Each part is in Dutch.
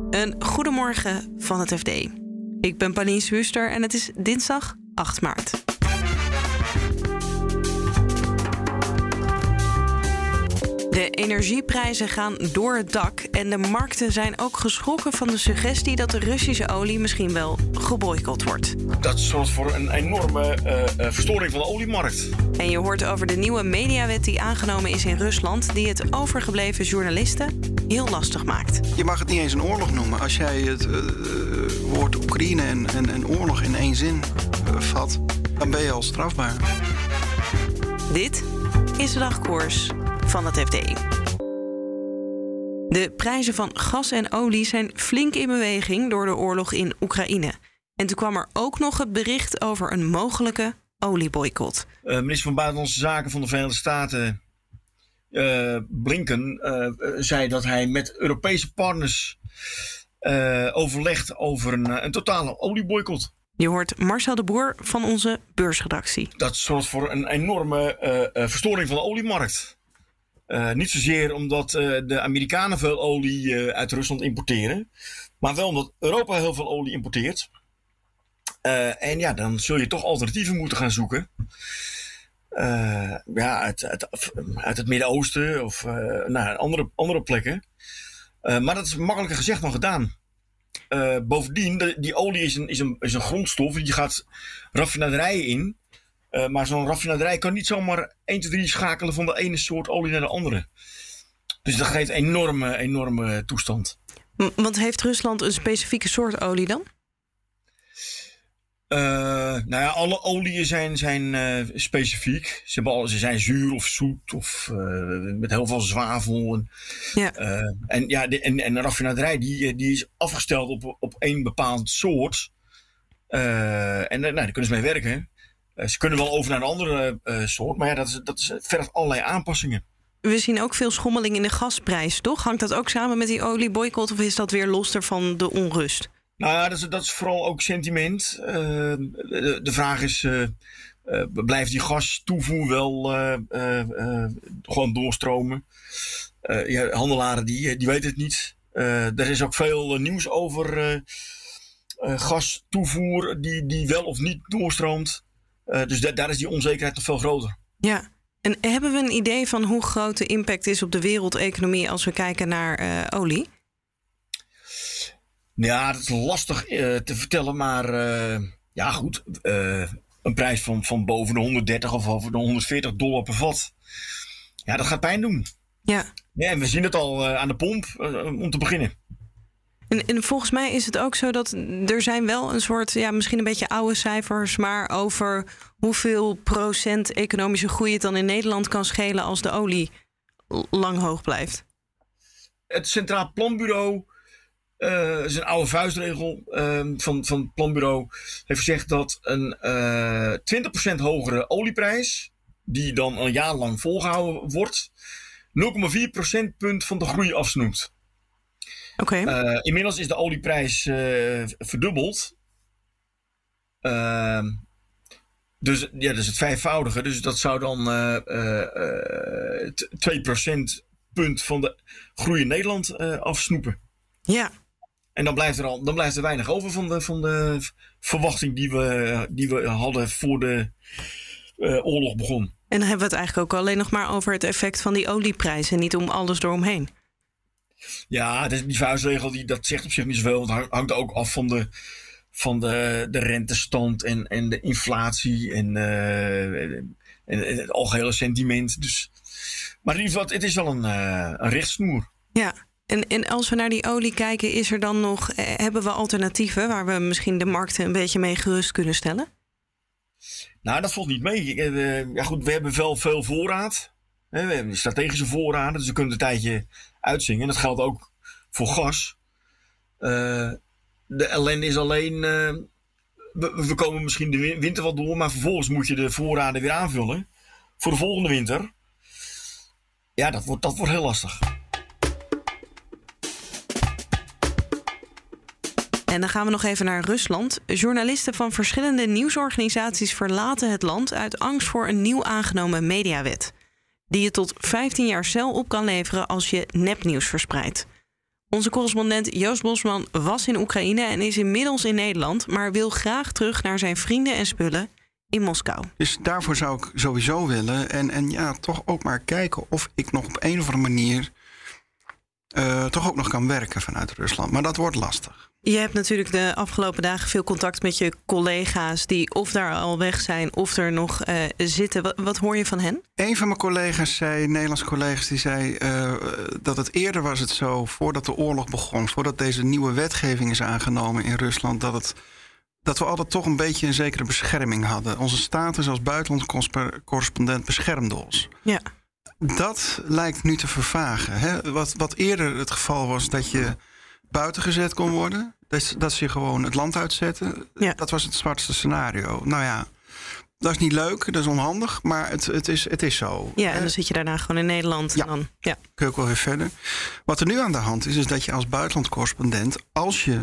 Een goedemorgen van het FD. Ik ben Pauline Swuster en het is dinsdag 8 maart. De energieprijzen gaan door het dak en de markten zijn ook geschrokken van de suggestie dat de Russische olie misschien wel geboycott wordt. Dat zorgt voor een enorme verstoring van de oliemarkt. En je hoort over de nieuwe mediawet die aangenomen is in Rusland, die het overgebleven journalisten heel lastig maakt. Je mag het niet eens een oorlog noemen. Als jij het woord Oekraïne en oorlog in één zin vat, dan ben je al strafbaar. Dit is de dagkoers van het FD. De prijzen van gas en olie zijn flink in beweging door de oorlog in Oekraïne. En toen kwam er ook nog het bericht over een mogelijke olieboycott. Minister van Buitenlandse Zaken van de Verenigde Staten, Blinken, zei dat hij met Europese partners overlegt over een totale olieboycott. Je hoort Marcel de Boer van onze beursredactie. Dat zorgt voor een enorme verstoring van de oliemarkt. Niet zozeer omdat de Amerikanen veel olie uit Rusland importeren, maar wel omdat Europa heel veel olie importeert. En ja, dan zul je toch alternatieven moeten gaan zoeken. Uit het Midden-Oosten of naar andere plekken. Maar dat is makkelijker gezegd dan gedaan. Bovendien, die olie is een grondstof. Je gaat raffinaderijen in. Maar zo'n raffinaderij kan niet zomaar 1, 2, 3 schakelen van de ene soort olie naar de andere. Dus dat geeft enorme toestand. Want heeft Rusland een specifieke soort olie dan? Alle oliën zijn specifiek. Ze zijn zuur of zoet of met heel veel zwavel. En een raffinaderij die is afgesteld op één bepaald soort. Daar kunnen ze mee werken. Ze kunnen wel over naar een andere soort, maar ja, dat vergt allerlei aanpassingen. We zien ook veel schommeling in de gasprijs, toch? Hangt dat ook samen met die olieboycott of is dat weer los ervan de onrust? Nou ja, dat is vooral ook sentiment. De vraag is, blijft die gastoevoer wel gewoon doorstromen? Handelaren die weten het niet. Er is ook veel nieuws over gastoevoer die wel of niet doorstroomt. Dus daar is die onzekerheid nog veel groter. Ja, en hebben we een idee van hoe groot de impact is op de wereldeconomie als we kijken naar olie? Ja, dat is lastig te vertellen, maar een prijs van boven de 130 of over de $140 per vat. Ja, dat gaat pijn doen. Ja, en we zien het al aan de pomp, om te beginnen. En volgens mij is het ook zo dat er zijn wel een soort, misschien een beetje oude cijfers, maar over hoeveel procent economische groei het dan in Nederland kan schelen als de olie lang hoog blijft. Het Centraal Planbureau, is een oude vuistregel van het planbureau, heeft gezegd dat een 20% hogere olieprijs, die dan een jaar lang volgehouden wordt, 0,4 procentpunt van de groei afsnoept. Okay. Inmiddels is de olieprijs verdubbeld. Dus het vijfvoudige. Dus dat zou dan 2 procentpunt van de groei in Nederland afsnoepen. Ja. En dan blijft er weinig over van de verwachting die we hadden voor de oorlog begon. En dan hebben we het eigenlijk ook alleen nog maar over het effect van die olieprijs en niet om alles eromheen. Ja, die vuistregel dat zegt op zich niet zoveel. Want het hangt ook af van de rentestand en de inflatie en het algehele sentiment. Dus, maar in ieder geval, het is wel een richtsnoer. Ja, en als we naar die olie kijken, is er dan nog, hebben we alternatieven waar we misschien de markten een beetje mee gerust kunnen stellen? Nou, dat valt niet mee. We hebben wel veel voorraad. We hebben strategische voorraden, dus we kunnen een tijdje uitzingen. En dat geldt ook voor gas. De ellende is alleen, we komen misschien de winter wat door, maar vervolgens moet je de voorraden weer aanvullen voor de volgende winter. Ja, dat wordt heel lastig. En dan gaan we nog even naar Rusland. Journalisten van verschillende nieuwsorganisaties verlaten het land uit angst voor een nieuw aangenomen mediawet, die je tot 15 jaar cel op kan leveren als je nepnieuws verspreidt. Onze correspondent Joost Bosman was in Oekraïne en is inmiddels in Nederland, maar wil graag terug naar zijn vrienden en spullen in Moskou. Dus daarvoor zou ik sowieso willen en ja, toch ook maar kijken of ik nog op een of andere manier toch ook nog kan werken vanuit Rusland. Maar dat wordt lastig. Je hebt natuurlijk de afgelopen dagen veel contact met je collega's die of daar al weg zijn of er nog zitten. Wat hoor je van hen? Een van mijn collega's Nederlandse collega's, die zei dat het eerder was het zo, voordat de oorlog begon, voordat deze nieuwe wetgeving is aangenomen in Rusland, dat we altijd toch een beetje een zekere bescherming hadden. Onze status als buitenlandcorrespondent beschermde ons. Ja. Dat lijkt nu te vervagen. Hè? Wat eerder het geval was dat je buiten gezet kon worden, dat ze je gewoon het land uitzetten. Ja. Dat was het zwartste scenario. Nou ja, dat is niet leuk, dat is onhandig, maar het is zo. Ja, en dan zit je daarna gewoon in Nederland. Ja, en dan, ja. kun je ook wel weer verder. Wat er nu aan de hand is dat je als buitenlandcorrespondent, als je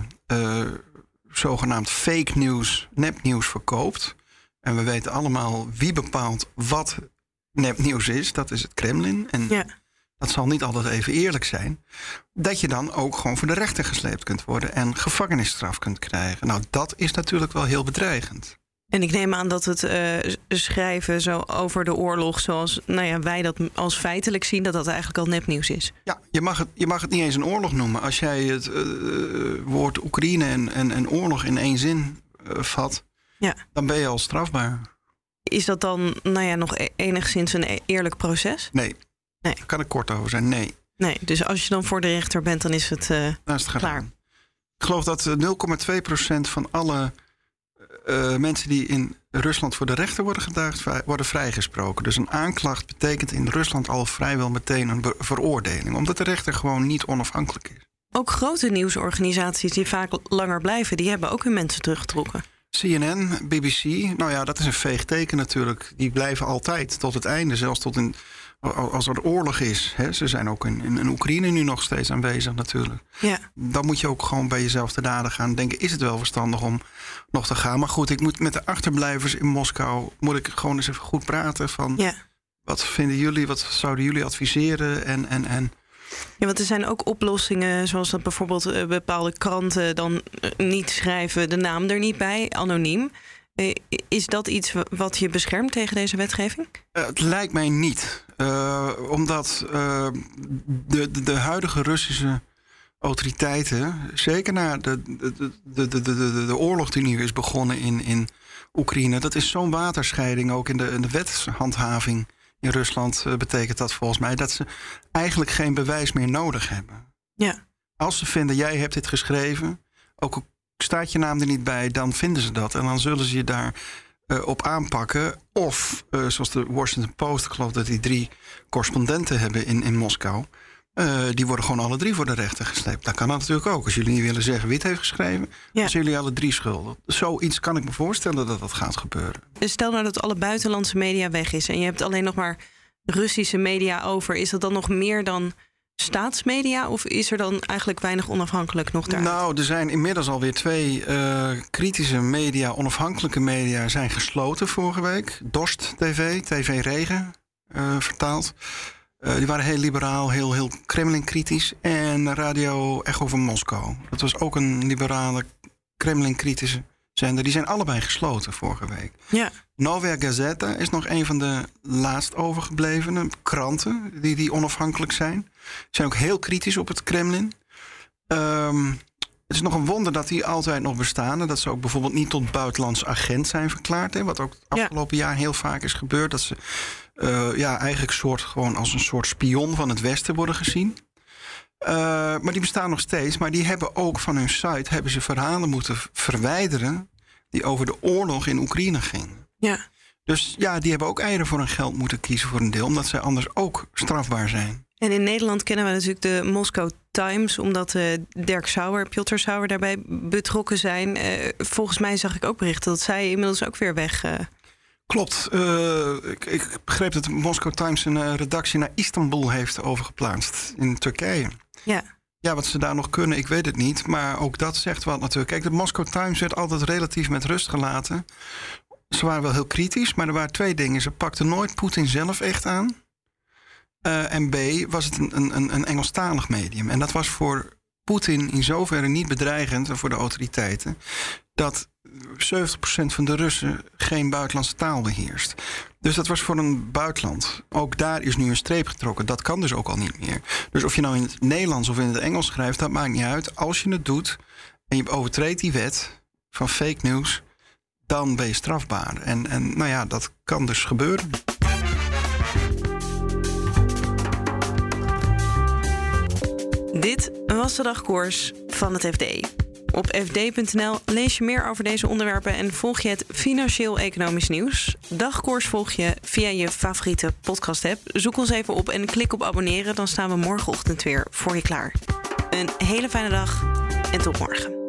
zogenaamd fake nieuws, nepnieuws verkoopt, en we weten allemaal wie bepaalt wat nepnieuws is, dat is het Kremlin. En dat zal niet altijd even eerlijk zijn. Dat je dan ook gewoon voor de rechter gesleept kunt worden en gevangenisstraf kunt krijgen. Nou, dat is natuurlijk wel heel bedreigend. En ik neem aan dat het schrijven zo over de oorlog, zoals wij dat als feitelijk zien, dat eigenlijk al nepnieuws is. Ja, je mag het niet eens een oorlog noemen. Als jij het woord Oekraïne en oorlog in één zin vat, dan ben je al strafbaar. Is dat dan nog enigszins een eerlijk proces? Nee. Daar kan ik kort over zijn. Nee. Dus als je dan voor de rechter bent, dan is het, klaar. Ik geloof dat 0,2% van alle mensen die in Rusland voor de rechter worden gedaagd, worden vrijgesproken. Dus een aanklacht betekent in Rusland al vrijwel meteen een veroordeling, omdat de rechter gewoon niet onafhankelijk is. Ook grote nieuwsorganisaties die vaak langer blijven, die hebben ook hun mensen teruggetrokken. CNN, BBC, nou ja, dat is een veeg teken natuurlijk. Die blijven altijd tot het einde, zelfs tot als er oorlog is. Hè. Ze zijn ook in Oekraïne nu nog steeds aanwezig natuurlijk. Ja. Dan moet je ook gewoon bij jezelf te daden gaan denken, is het wel verstandig om nog te gaan? Maar goed, ik moet met de achterblijvers in Moskou, moet ik gewoon eens even goed praten van, wat vinden jullie, wat zouden jullie adviseren en Ja, want er zijn ook oplossingen, zoals dat bijvoorbeeld bepaalde kranten dan niet schrijven, de naam er niet bij, anoniem. Is dat iets wat je beschermt tegen deze wetgeving? Het lijkt mij niet. Omdat de huidige Russische autoriteiten, zeker na de oorlog die nu is begonnen in Oekraïne, dat is zo'n waterscheiding ook in de wetshandhaving in Rusland, betekent dat volgens mij dat ze eigenlijk geen bewijs meer nodig hebben. Ja. Als ze vinden, jij hebt dit geschreven, ook al staat je naam er niet bij, dan vinden ze dat. En dan zullen ze je daar op aanpakken. Of, zoals de Washington Post, ik geloof dat die 3 correspondenten hebben in Moskou. Die worden gewoon alle 3 voor de rechter gesleept. Dat kan natuurlijk ook. Als jullie niet willen zeggen wie het heeft geschreven, dan zijn jullie alle 3 schuldig. Zoiets kan ik me voorstellen dat dat gaat gebeuren. Stel nou dat alle buitenlandse media weg is en je hebt alleen nog maar Russische media over. Is dat dan nog meer dan staatsmedia of is er dan eigenlijk weinig onafhankelijk nog daar? Nou, er zijn inmiddels alweer 2 kritische media, onafhankelijke media, zijn gesloten vorige week. Dost TV, TV Regen, vertaald. Die waren heel liberaal, heel Kremlin-kritisch. En Radio Echo van Moskou. Dat was ook een liberale, Kremlin-kritische zender. Die zijn allebei gesloten vorige week. Ja. Novaya Gazeta is nog een van de laatst overgeblevene kranten die onafhankelijk zijn. Zijn ook heel kritisch op het Kremlin. Het is nog een wonder dat die altijd nog bestaan. En dat ze ook bijvoorbeeld niet tot buitenlands agent zijn verklaard. Hè, wat ook het afgelopen jaar heel vaak is gebeurd. Dat ze eigenlijk gewoon als een soort spion van het Westen worden gezien. Maar die bestaan nog steeds. Maar die hebben ook van hun site verhalen moeten verwijderen die over de oorlog in Oekraïne gingen. Ja. Dus ja, die hebben ook eieren voor hun geld moeten kiezen voor een deel, omdat zij anders ook strafbaar zijn. En in Nederland kennen we natuurlijk de Moscow Times, omdat Dirk Sauer, Piotr Sauer daarbij betrokken zijn. Volgens mij zag ik ook berichten dat zij inmiddels ook weer weg. Klopt. Ik begreep dat de Moscow Times een redactie naar Istanbul heeft overgeplaatst in Turkije. Ja. Ja, wat ze daar nog kunnen, ik weet het niet. Maar ook dat zegt wat natuurlijk. Kijk, de Moscow Times werd altijd relatief met rust gelaten. Ze waren wel heel kritisch, maar er waren 2 dingen. Ze pakten nooit Poetin zelf echt aan. En B, was het een Engelstalig medium. En dat was voor Poetin in zoverre niet bedreigend voor de autoriteiten dat 70% van de Russen geen buitenlandse taal beheerst. Dus dat was voor een buitenland. Ook daar is nu een streep getrokken. Dat kan dus ook al niet meer. Dus of je nou in het Nederlands of in het Engels schrijft, dat maakt niet uit. Als je het doet en je overtreedt die wet van fake news, dan ben je strafbaar. En nou ja, dat kan dus gebeuren. Dit was de dagkoers van het FD. Op fd.nl lees je meer over deze onderwerpen en volg je het financieel-economisch nieuws. Dagkoers volg je via je favoriete podcast-app. Zoek ons even op en klik op abonneren. Dan staan we morgenochtend weer voor je klaar. Een hele fijne dag en tot morgen.